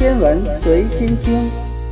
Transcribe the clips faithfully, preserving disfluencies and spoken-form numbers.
天文随心听，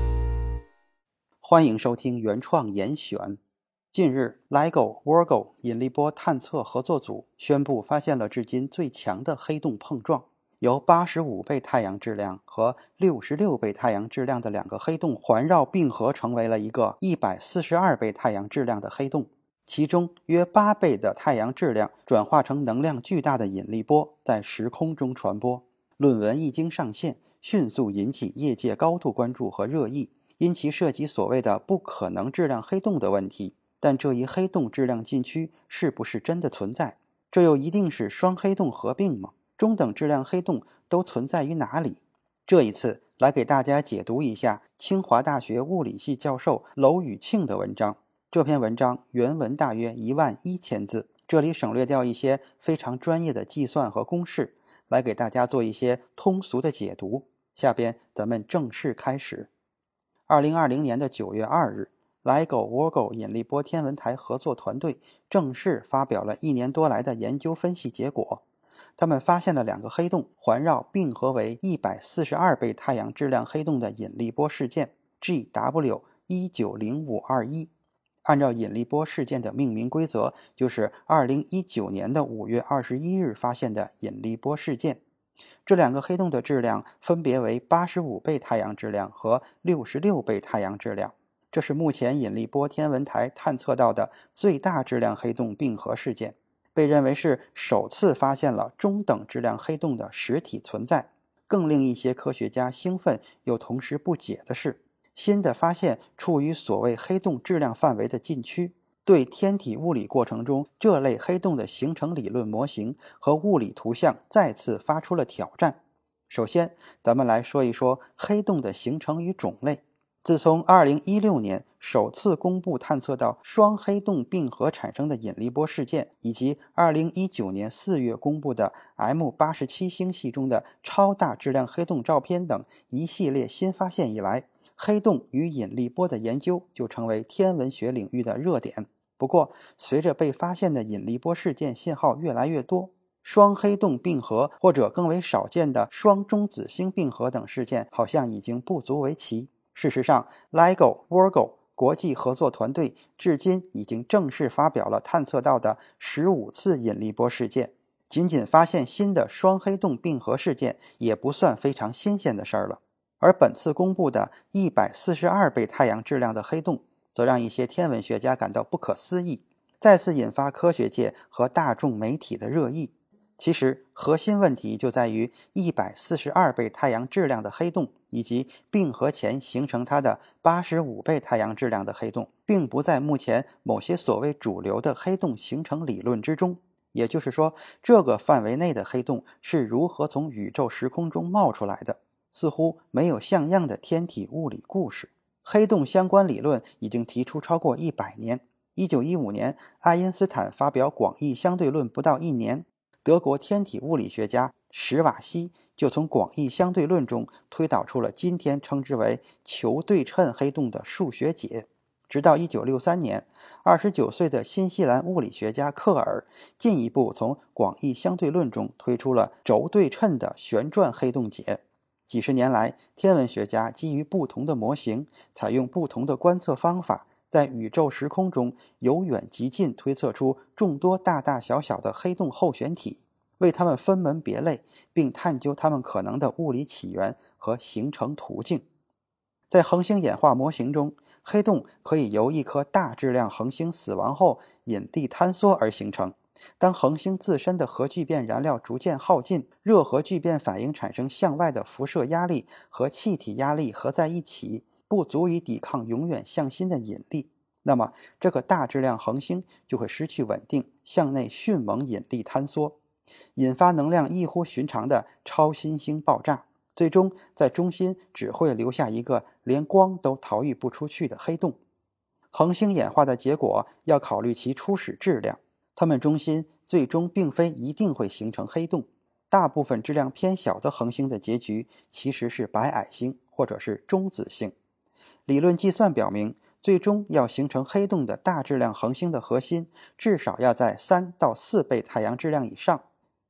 欢迎收听原创严选。近日 LIGO Virgo 引力波探测合作组宣布发现了至今最强的黑洞碰撞，由八十五倍太阳质量和六十六倍太阳质量的两个黑洞环绕并合，成为了一个一百四十二倍太阳质量的黑洞。其中约八倍的太阳质量转化成能量巨大的引力波，在时空中传播。论文一经上线，迅速引起业界高度关注和热议，因其涉及所谓的不可能质量黑洞的问题。但这一黑洞质量禁区是不是真的存在？这又一定是双黑洞合并吗？中等质量黑洞都存在于哪里？这一次来给大家解读一下清华大学物理系教授娄宇庆的文章。这篇文章原文大约一万一千字，这里省略掉一些非常专业的计算和公式，来给大家做一些通俗的解读。下边咱们正式开始。二零二零年的九月二日，LIGO Virgo 引力波天文台合作团队正式发表了一年多来的研究分析结果。他们发现了两个黑洞环绕并合为一百四十二倍太阳质量黑洞的引力波事件 G W 一九零五二一。按照引力波事件的命名规则，就是二零一九年的五月二十一日发现的引力波事件。这两个黑洞的质量分别为八十五倍太阳质量和六十六倍太阳质量，这是目前引力波天文台探测到的最大质量黑洞并合事件，被认为是首次发现了中等质量黑洞的实体存在。更令一些科学家兴奋又同时不解的是，新的发现处于所谓黑洞质量范围的禁区，对天体物理过程中这类黑洞的形成理论模型和物理图像再次发出了挑战。首先，咱们来说一说黑洞的形成与种类。自从二零一六年首次公布探测到双黑洞并合产生的引力波事件，以及二零一九年四月公布的 M 八十七 星系中的超大质量黑洞照片等一系列新发现以来，黑洞与引力波的研究就成为天文学领域的热点。不过，随着被发现的引力波事件信号越来越多，双黑洞并合或者更为少见的双中子星并合等事件好像已经不足为奇。事实上 LIGO Virgo 国际合作团队至今已经正式发表了探测到的十五次引力波事件，仅仅发现新的双黑洞并合事件也不算非常新鲜的事儿了。而本次公布的一百四十二倍太阳质量的黑洞则让一些天文学家感到不可思议，再次引发科学界和大众媒体的热议。其实核心问题就在于一百四十二倍太阳质量的黑洞以及并合前形成它的八十五倍太阳质量的黑洞并不在目前某些所谓主流的黑洞形成理论之中。也就是说，这个范围内的黑洞是如何从宇宙时空中冒出来的，似乎没有像样的天体物理故事。黑洞相关理论已经提出超过一百年。一九一五年，爱因斯坦发表广义相对论不到一年，德国天体物理学家史瓦西就从广义相对论中推导出了今天称之为球对称黑洞的数学解。直到一九六三年，二十九岁的新西兰物理学家克尔进一步从广义相对论中推出了轴对称的旋转黑洞解。几十年来，天文学家基于不同的模型，采用不同的观测方法，在宇宙时空中由远及近推测出众多大大小小的黑洞候选体，为它们分门别类，并探究它们可能的物理起源和形成途径。在恒星演化模型中，黑洞可以由一颗大质量恒星死亡后引力坍缩而形成。当恒星自身的核聚变燃料逐渐耗尽，热核聚变反应产生向外的辐射压力和气体压力合在一起，不足以抵抗永远向心的引力，那么这个大质量恒星就会失去稳定，向内迅猛引力坍缩，引发能量异乎寻常的超新星爆炸，最终在中心只会留下一个连光都逃逸不出去的黑洞。恒星演化的结果要考虑其初始质量，它们中心最终并非一定会形成黑洞。大部分质量偏小的恒星的结局其实是白矮星或者是中子星。理论计算表明，最终要形成黑洞的大质量恒星的核心至少要在三到四倍太阳质量以上。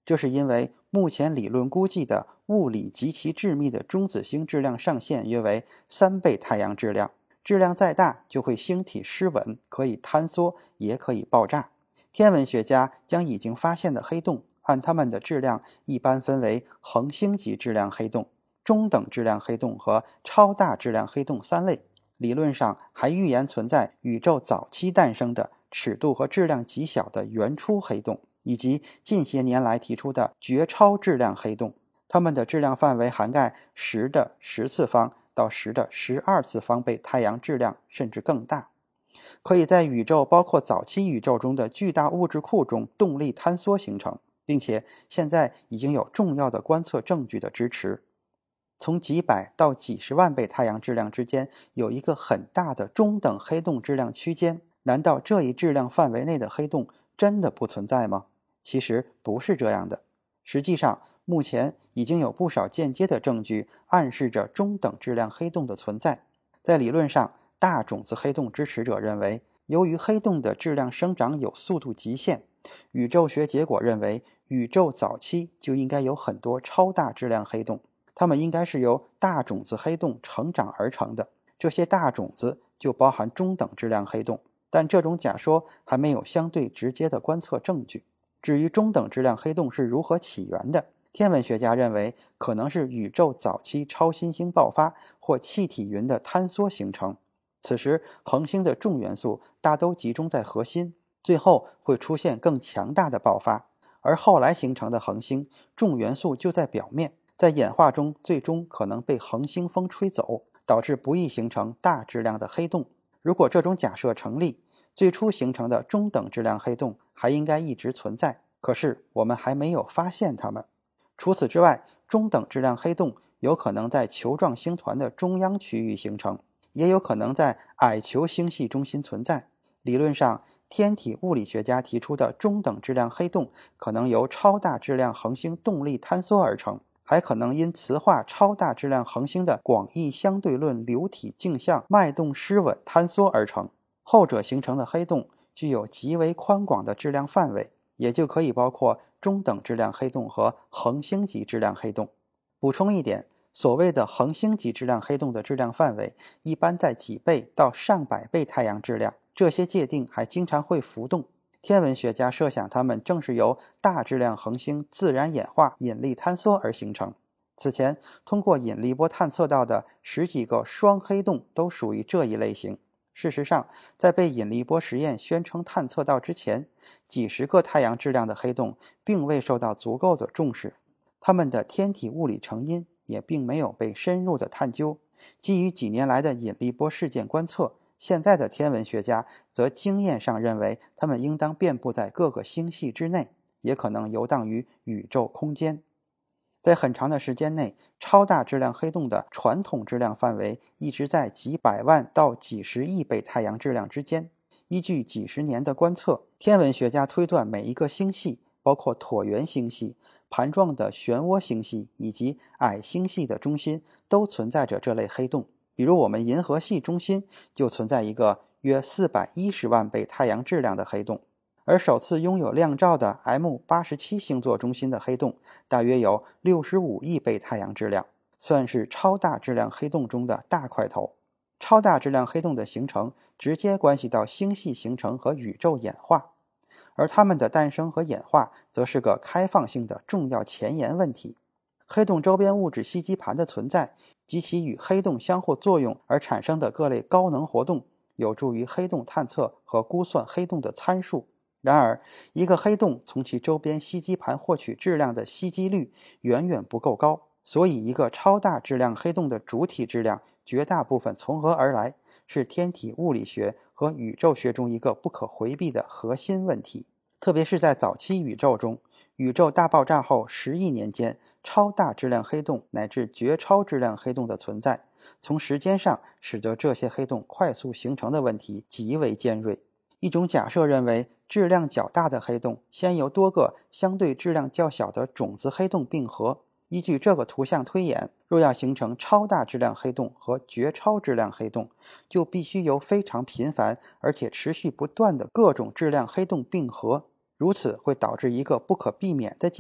这是因为目前理论估计的物理极其致密的中子星质量上限约为三倍太阳质量，质量再大就会星体失稳，可以坍缩也可以爆炸。天文学家将已经发现的黑洞按它们的质量一般分为恒星级质量黑洞、中等质量黑洞和超大质量黑洞三类。理论上还预言存在宇宙早期诞生的尺度和质量极小的原初黑洞，以及近些年来提出的绝超质量黑洞，它们的质量范围涵盖十的十次方到十的十二次方倍太阳质量，甚至更大，可以在宇宙包括早期宇宙中的巨大物质库中动力坍缩形成，并且现在已经有重要的观测证据的支持。从几百到几十万倍太阳质量之间有一个很大的中等黑洞质量区间，难道这一质量范围内的黑洞真的不存在吗？其实不是这样的。实际上，目前已经有不少间接的证据暗示着中等质量黑洞的存在。在理论上，大种子黑洞支持者认为，由于黑洞的质量生长有速度极限，宇宙学结果认为宇宙早期就应该有很多超大质量黑洞，它们应该是由大种子黑洞成长而成的，这些大种子就包含中等质量黑洞，但这种假说还没有相对直接的观测证据。至于中等质量黑洞是如何起源的，天文学家认为可能是宇宙早期超新星爆发或气体云的坍缩形成，此时恒星的重元素大都集中在核心，最后会出现更强大的爆发，而后来形成的恒星重元素就在表面，在演化中最终可能被恒星风吹走，导致不易形成大质量的黑洞。如果这种假设成立，最初形成的中等质量黑洞还应该一直存在，可是我们还没有发现它们。除此之外，中等质量黑洞有可能在球状星团的中央区域形成，也有可能在矮球星系中心存在。理论上，天体物理学家提出的中等质量黑洞可能由超大质量恒星动力坍缩而成，还可能因磁化超大质量恒星的广义相对论流体镜像脉动失稳坍缩而成。后者形成的黑洞具有极为宽广的质量范围，也就可以包括中等质量黑洞和恒星级质量黑洞。补充一点，所谓的恒星级质量黑洞的质量范围一般在几倍到上百倍太阳质量，这些界定还经常会浮动。天文学家设想它们正是由大质量恒星自然演化引力坍缩而形成。此前通过引力波探测到的十几个双黑洞都属于这一类型。事实上，在被引力波实验宣称探测到之前，几十个太阳质量的黑洞并未受到足够的重视，它们的天体物理成因也并没有被深入的探究。基于几年来的引力波事件观测，现在的天文学家则经验上认为它们应当遍布在各个星系之内，也可能游荡于宇宙空间。在很长的时间内，超大质量黑洞的传统质量范围一直在几百万到几十亿倍太阳质量之间。依据几十年的观测，天文学家推断每一个星系，包括椭圆星系、盘状的漩涡星系以及矮星系的中心都存在着这类黑洞。比如我们银河系中心就存在一个约四百一十万倍太阳质量的黑洞，而首次拥有亮照的 M 八十七 星座中心的黑洞大约有六十五亿倍太阳质量，算是超大质量黑洞中的大块头。超大质量黑洞的形成直接关系到星系形成和宇宙演化，而它们的诞生和演化则是个开放性的重要前沿问题。黑洞周边物质吸积盘的存在及其与黑洞相互作用而产生的各类高能活动，有助于黑洞探测和估算黑洞的参数。然而，一个黑洞从其周边吸积盘获取质量的吸积率远远不够高，所以一个超大质量黑洞的主体质量绝大部分从何而来，是天体物理学和宇宙学中一个不可回避的核心问题。特别是在早期宇宙中，宇宙大爆炸后十亿年间，超大质量黑洞乃至绝超质量黑洞的存在，从时间上使得这些黑洞快速形成的问题极为尖锐。一种假设认为，质量较大的黑洞先由多个相对质量较小的种子黑洞并合。依据这个图像推演，若要形成超大质量黑洞和绝超质量黑洞，就必须由非常频繁而且持续不断的各种质量黑洞并合。如此会导致一个不可避免的结果，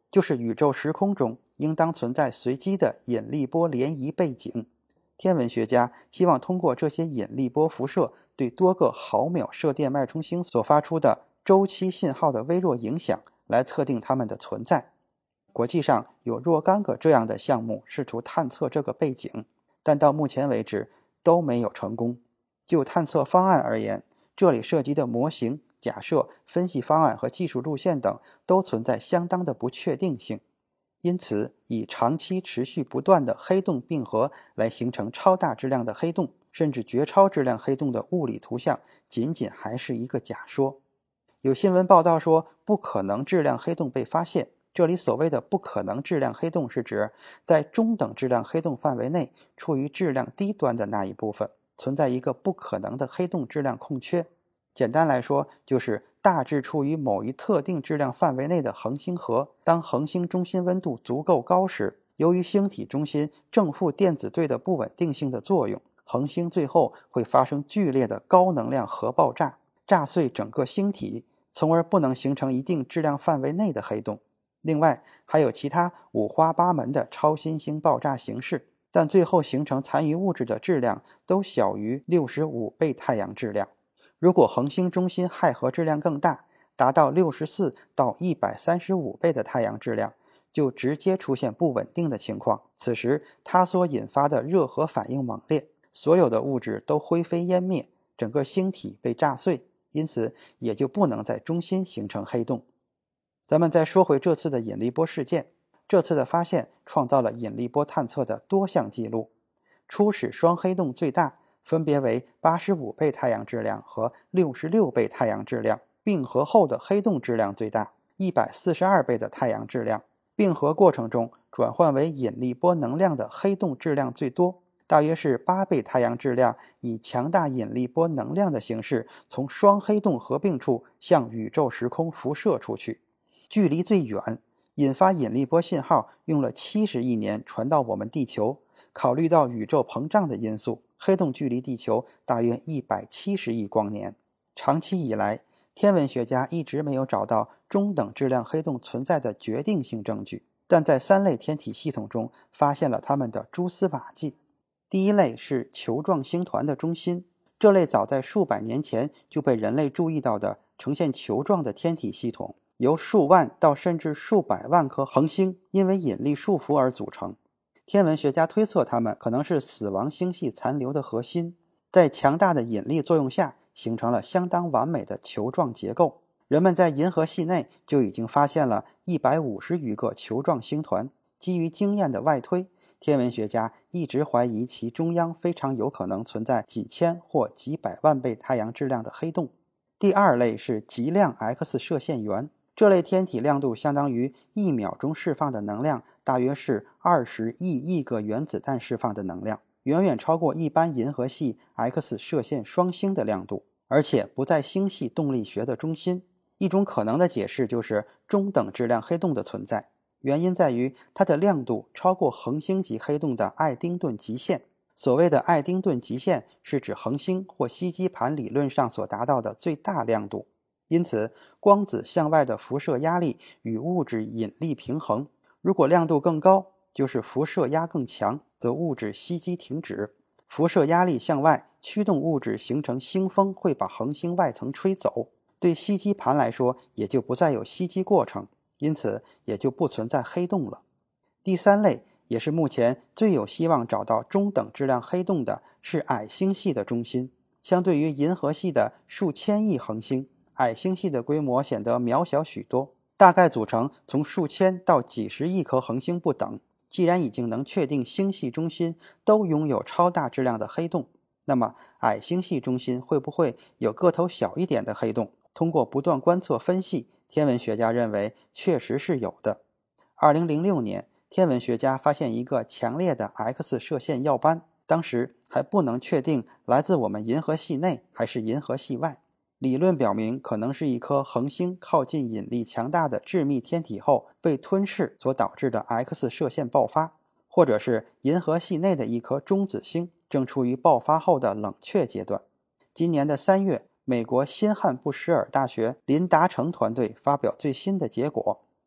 就是宇宙时空中应当存在随机的引力波涟漪背景。天文学家希望通过这些引力波辐射对多个毫秒射电脉冲星所发出的周期信号的微弱影响来测定它们的存在。国际上有若干个这样的项目试图探测这个背景，但到目前为止都没有成功。就探测方案而言，这里涉及的模型、假设、分析方案和技术路线等都存在相当的不确定性。因此，以长期持续不断的黑洞并合来形成超大质量的黑洞，甚至绝超质量黑洞的物理图像，仅仅还是一个假说。有新闻报道说，不可能质量黑洞被发现。这里所谓的不可能质量黑洞是指在中等质量黑洞范围内，处于质量低端的那一部分，存在一个不可能的黑洞质量空缺。简单来说，就是大致处于某一特定质量范围内的恒星核，当恒星中心温度足够高时，由于星体中心正负电子对的不稳定性的作用，恒星最后会发生剧烈的高能量核爆炸，炸碎整个星体，从而不能形成一定质量范围内的黑洞。另外，还有其他五花八门的超新星爆炸形式，但最后形成残余物质的质量都小于六十五倍太阳质量。如果恒星中心氦核质量更大，达到六十四到一百三十五倍的太阳质量，就直接出现不稳定的情况。此时它所引发的热核反应猛烈，所有的物质都灰飞烟灭，整个星体被炸碎，因此也就不能在中心形成黑洞。咱们再说回这次的引力波事件，这次的发现创造了引力波探测的多项记录。初始双黑洞最大分别为八十五倍太阳质量和六十六倍太阳质量，并合后的黑洞质量最大，一百四十二倍的太阳质量。并合过程中转换为引力波能量的黑洞质量最多，大约是八倍太阳质量，以强大引力波能量的形式从双黑洞合并处向宇宙时空辐射出去。距离最远，引发引力波信号用了七十亿年传到我们地球。考虑到宇宙膨胀的因素，黑洞距离地球大约一百七十亿光年。长期以来，天文学家一直没有找到中等质量黑洞存在的决定性证据，但在三类天体系统中发现了它们的蛛丝马迹。第一类是球状星团的中心，这类早在数百年前就被人类注意到的呈现球状的天体系统，由数万到甚至数百万颗恒星因为引力束缚而组成。天文学家推测它们可能是死亡星系残留的核心，在强大的引力作用下形成了相当完美的球状结构。人们在银河系内就已经发现了一百五十余个球状星团。基于经验的外推，天文学家一直怀疑其中央非常有可能存在几千或几百万倍太阳质量的黑洞。第二类是极亮 X 射线源，这类天体亮度相当于一秒钟释放的能量大约是二十亿亿个原子弹释放的能量，远远超过一般银河系 X 射线双星的亮度，而且不在星系动力学的中心。一种可能的解释就是中等质量黑洞的存在，原因在于它的亮度超过恒星级黑洞的爱丁顿极限。所谓的爱丁顿极限是指恒星或吸积盘理论上所达到的最大亮度。因此，光子向外的辐射压力与物质引力平衡，如果亮度更高，就是辐射压更强，则物质吸积停止。辐射压力向外驱动物质形成星风，会把恒星外层吹走，对吸积盘来说也就不再有吸积过程，因此也就不存在黑洞了。第三类也是目前最有希望找到中等质量黑洞的是矮星系的中心。相对于银河系的数千亿恒星，矮星系的规模显得渺小许多，大概组成从数千到几十亿颗恒星不等。既然已经能确定星系中心都拥有超大质量的黑洞，那么矮星系中心会不会有个头小一点的黑洞？通过不断观测分析，天文学家认为确实是有的。二零零六年，天文学家发现一个强烈的 X 射线耀斑，当时还不能确定来自我们银河系内还是银河系外。理论表明，可能是一颗恒星靠近引力强大的致密天体后被吞噬所导致的 X 射线爆发，或者是银河系内的一颗中子星正处于爆发后的冷却阶段。今年的三月，美国新罕布什尔大学林达成团队发表最新的结果，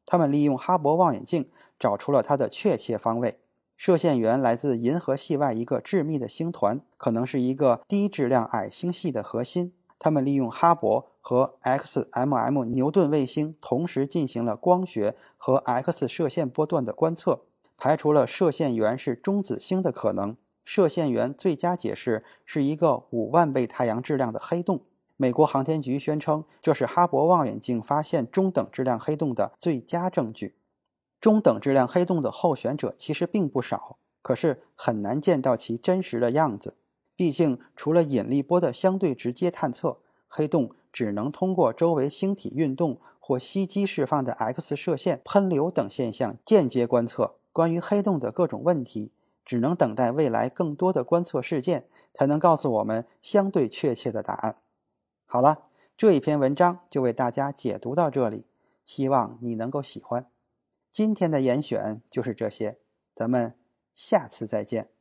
他们利用哈勃望远镜找出了它的确切方位。射线源来自银河系外一个致密的星团，可能是一个低质量矮星系的核心。他们利用哈勃和 X M M 牛顿卫星同时进行了光学和 X 射线波段的观测，排除了射线源是中子星的可能。射线源最佳解释是一个五万倍太阳质量的黑洞。美国航天局宣称，这是哈勃望远镜发现中等质量黑洞的最佳证据。中等质量黑洞的候选者其实并不少，可是很难见到其真实的样子。毕竟，除了引力波的相对直接探测，黑洞只能通过周围星体运动或吸积释放的 X 射线、喷流等现象间接观测。关于黑洞的各种问题，只能等待未来更多的观测事件才能告诉我们相对确切的答案。好了，这一篇文章就为大家解读到这里，希望你能够喜欢。今天的严选就是这些，咱们下次再见。